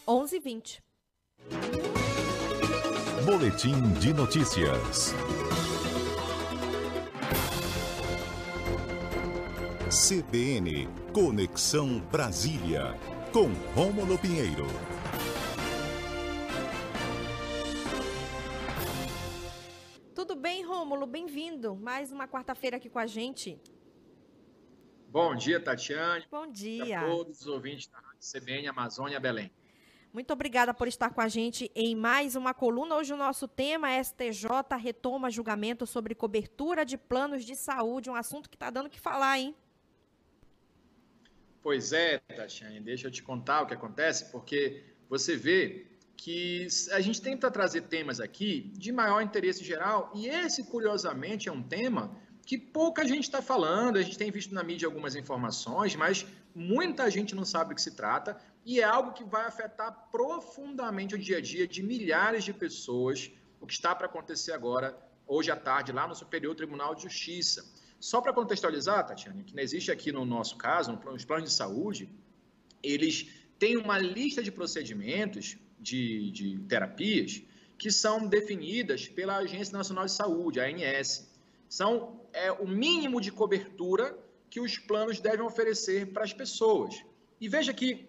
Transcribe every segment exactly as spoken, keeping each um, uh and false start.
onze e vinte. Boletim de notícias. C B N Conexão Brasília, com Rômulo Pinheiro. Tudo bem, Rômulo? Bem-vindo. Mais uma quarta-feira aqui com a gente. Bom dia, Tatiane. Bom dia. A todos os ouvintes da Rádio C B N Amazônia Belém. Muito obrigada por estar com a gente em mais uma coluna. Hoje o nosso tema é S T J retoma julgamento sobre cobertura de planos de saúde, um assunto que está dando o que falar, hein? Pois é, Tatiane, deixa eu te contar o que acontece, porque você vê que a gente tenta trazer temas aqui de maior interesse geral, e esse, curiosamente, é um tema que pouca gente está falando. A gente tem visto na mídia algumas informações, mas muita gente não sabe do que se trata, e é algo que vai afetar profundamente o dia a dia de milhares de pessoas, o que está para acontecer agora, hoje à tarde, lá no Superior Tribunal de Justiça. Só para contextualizar, Tatiana, que não existe aqui no nosso caso, nos planos de saúde, eles têm uma lista de procedimentos, de, de terapias, que são definidas pela Agência Nacional de Saúde, a A N S. São é, o mínimo de cobertura que os planos devem oferecer para as pessoas. E veja que,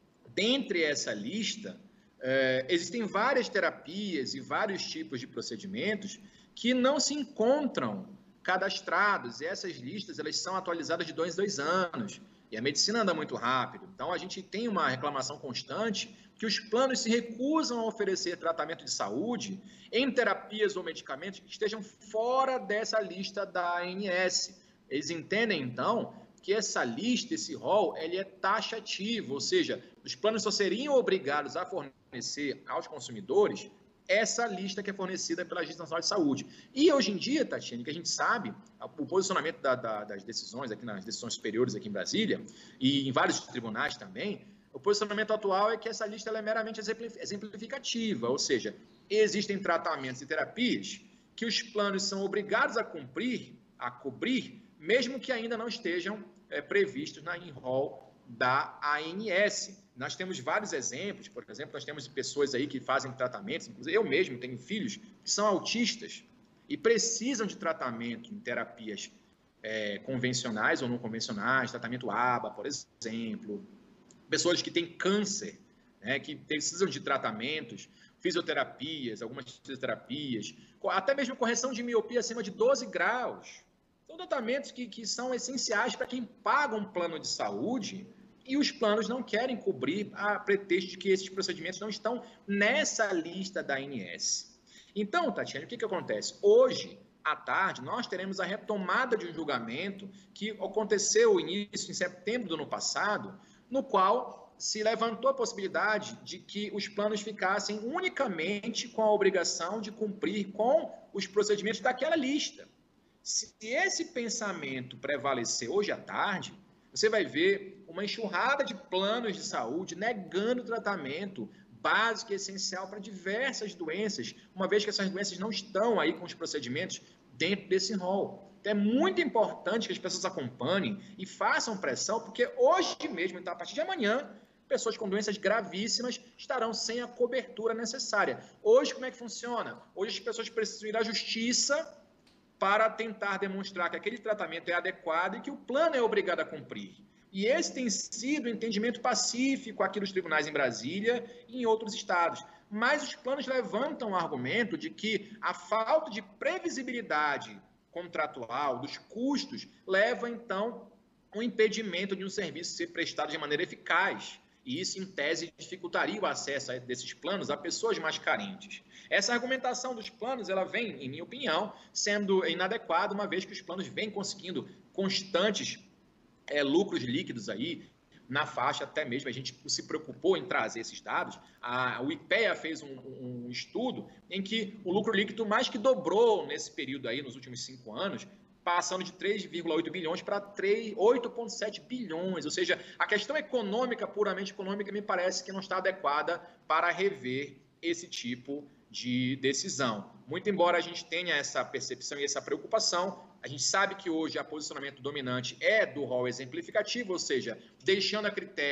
dentre essa lista, é, existem várias terapias e vários tipos de procedimentos que não se encontram cadastrados, e essas listas elas são atualizadas de dois em dois anos, e a medicina anda muito rápido, então a gente tem uma reclamação constante que os planos se recusam a oferecer tratamento de saúde em terapias ou medicamentos que estejam fora dessa lista da A N S. Eles entendem, então, que essa lista, esse rol, ele é taxativo, ou seja, os planos só seriam obrigados a fornecer aos consumidores essa lista que é fornecida pela Agência Nacional de Saúde. E hoje em dia, Tatiane, que a gente sabe, o posicionamento da, da, das decisões, aqui nas decisões superiores aqui em Brasília, e em vários tribunais também, o posicionamento atual é que essa lista ela é meramente exemplificativa, ou seja, existem tratamentos e terapias que os planos são obrigados a cumprir, a cobrir, mesmo que ainda não estejam é, previstos na rol da A N S. Nós temos vários exemplos, por exemplo, nós temos pessoas aí que fazem tratamentos, inclusive eu mesmo tenho filhos que são autistas e precisam de tratamento em terapias é, convencionais ou não convencionais, tratamento A B A, por exemplo, pessoas que têm câncer, né, que precisam de tratamentos, fisioterapias, algumas fisioterapias, até mesmo correção de miopia acima de doze graus. São tratamentos que, que são essenciais para quem paga um plano de saúde, e os planos não querem cobrir a pretexto de que esses procedimentos não estão nessa lista da A N S. Então, Tatiana, o que, que acontece? Hoje, à tarde, nós teremos a retomada de um julgamento que aconteceu início em setembro do ano passado, no qual se levantou a possibilidade de que os planos ficassem unicamente com a obrigação de cumprir com os procedimentos daquela lista. Se esse pensamento prevalecer hoje à tarde, você vai ver uma enxurrada de planos de saúde negando tratamento básico e essencial para diversas doenças, uma vez que essas doenças não estão aí com os procedimentos dentro desse rol. Então é muito importante que as pessoas acompanhem e façam pressão, porque hoje mesmo, então a partir de amanhã, pessoas com doenças gravíssimas estarão sem a cobertura necessária. Hoje, como é que funciona? Hoje as pessoas precisam ir à justiça para tentar demonstrar que aquele tratamento é adequado e que o plano é obrigado a cumprir. E esse tem sido o entendimento pacífico aqui nos tribunais em Brasília e em outros estados. Mas os planos levantam o argumento de que a falta de previsibilidade contratual dos custos leva, então, ao impedimento de um serviço ser prestado de maneira eficaz. E isso, em tese, dificultaria o acesso a desses planos a pessoas mais carentes. Essa argumentação dos planos, ela vem, em minha opinião, sendo inadequada, uma vez que os planos vêm conseguindo constantes é, lucros líquidos aí, na faixa até mesmo, a gente se preocupou em trazer esses dados, a, o IPEA fez um, um estudo em que o lucro líquido mais que dobrou nesse período aí, nos últimos cinco anos, passando de três vírgula oito bilhões para oito vírgula sete bilhões, ou seja, a questão econômica, puramente econômica, me parece que não está adequada para rever esse tipo de decisão. Muito embora a gente tenha essa percepção e essa preocupação, a gente sabe que hoje o posicionamento dominante é do rol exemplificativo, ou seja, deixando a critério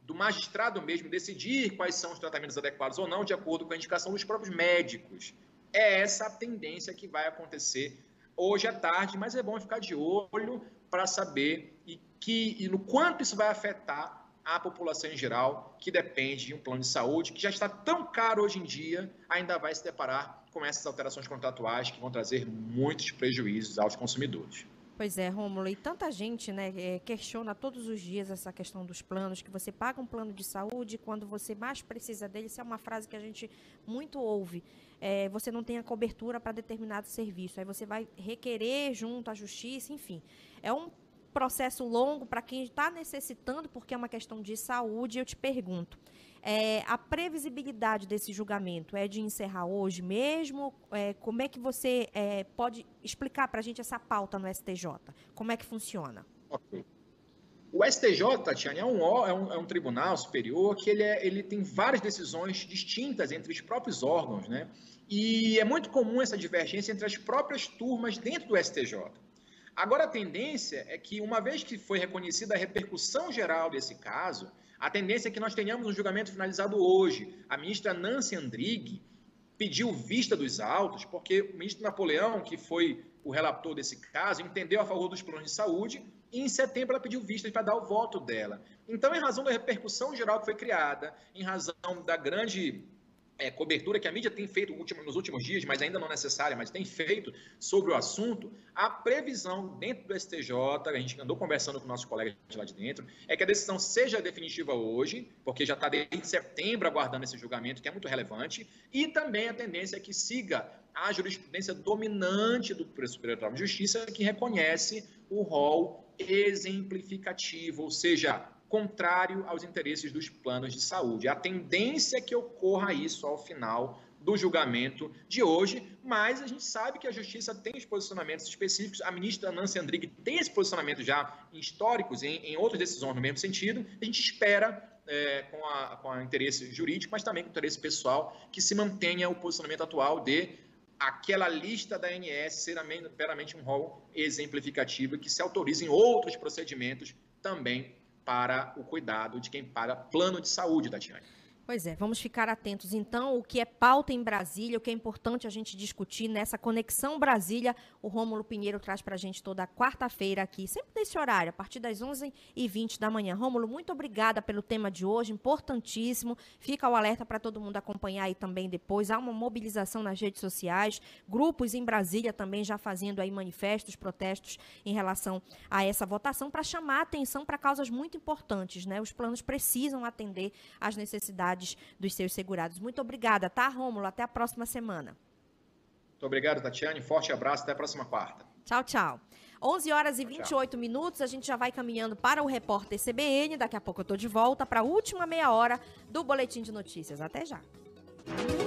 do magistrado mesmo decidir quais são os tratamentos adequados ou não, de acordo com a indicação dos próprios médicos. É essa a tendência que vai acontecer hoje à tarde, mas é bom ficar de olho para saber e, que, e no quanto isso vai afetar a população em geral, que depende de um plano de saúde, que já está tão caro hoje em dia, ainda vai se deparar com essas alterações contratuais que vão trazer muitos prejuízos aos consumidores. Pois é, Rômulo, e tanta gente, né, questiona todos os dias essa questão dos planos, que você paga um plano de saúde quando você mais precisa dele. Isso é uma frase que a gente muito ouve. É, você não tem a cobertura para determinado serviço, aí você vai requerer junto à justiça, enfim. É um processo longo para quem está necessitando, porque é uma questão de saúde. Eu te pergunto, é, a previsibilidade desse julgamento é de encerrar hoje mesmo? É, como é que você é, pode explicar para a gente essa pauta no S T J? Como é que funciona? Ok. O S T J, Tatiane, é um, é um, é um tribunal superior que ele, é, ele tem várias decisões distintas entre os próprios órgãos, né? E é muito comum essa divergência entre as próprias turmas dentro do S T J. Agora, a tendência é que, uma vez que foi reconhecida a repercussão geral desse caso, a tendência é que nós tenhamos um julgamento finalizado hoje. A ministra Nancy Andrighi pediu vista dos autos, porque o ministro Napoleão, que foi o relator desse caso, entendeu a favor dos planos de saúde, e em setembro ela pediu vistas para dar o voto dela. Então, em razão da repercussão geral que foi criada, em razão da grande é, cobertura que a mídia tem feito nos últimos dias, mas ainda não necessária, mas tem feito sobre o assunto, a previsão dentro do S T J, a gente andou conversando com nossos colegas de lá de dentro, é que a decisão seja definitiva hoje, porque já está desde setembro aguardando esse julgamento, que é muito relevante, e também a tendência é que siga a jurisprudência dominante do Superior Tribunal de Justiça, que reconhece o rol exemplificativo, ou seja, contrário aos interesses dos planos de saúde. A tendência é que ocorra isso ao final do julgamento de hoje, mas a gente sabe que a Justiça tem os posicionamentos específicos, a ministra Nancy Andrighi tem esse posicionamento já históricos em, em outras decisões no mesmo sentido, a gente espera, é, com, a, com a interesse jurídico, mas também com o interesse pessoal, que se mantenha o posicionamento atual de aquela lista da A N S ser meramente um rol exemplificativo, que se autorizem outros procedimentos também para o cuidado de quem paga plano de saúde, Tatiane. Pois é, vamos ficar atentos então, o que é pauta em Brasília, o que é importante a gente discutir nessa Conexão Brasília, o Rômulo Pinheiro traz para a gente toda quarta-feira aqui, sempre nesse horário, a partir das onze e vinte da manhã. Rômulo, muito obrigada pelo tema de hoje, importantíssimo, fica o alerta para todo mundo acompanhar aí também depois, há uma mobilização nas redes sociais, grupos em Brasília também já fazendo aí manifestos, protestos em relação a essa votação, para chamar a atenção para causas muito importantes, né? Os planos precisam atender às necessidades dos seus segurados. Muito obrigada, tá, Rômulo? Até a próxima semana. Muito obrigado, Tatiane. Forte abraço. Até a próxima quarta. Tchau, tchau. onze horas e vinte e oito minutos. A gente já vai caminhando para o repórter C B N. Daqui a pouco eu tô de volta para a última meia hora do Boletim de Notícias. Até já.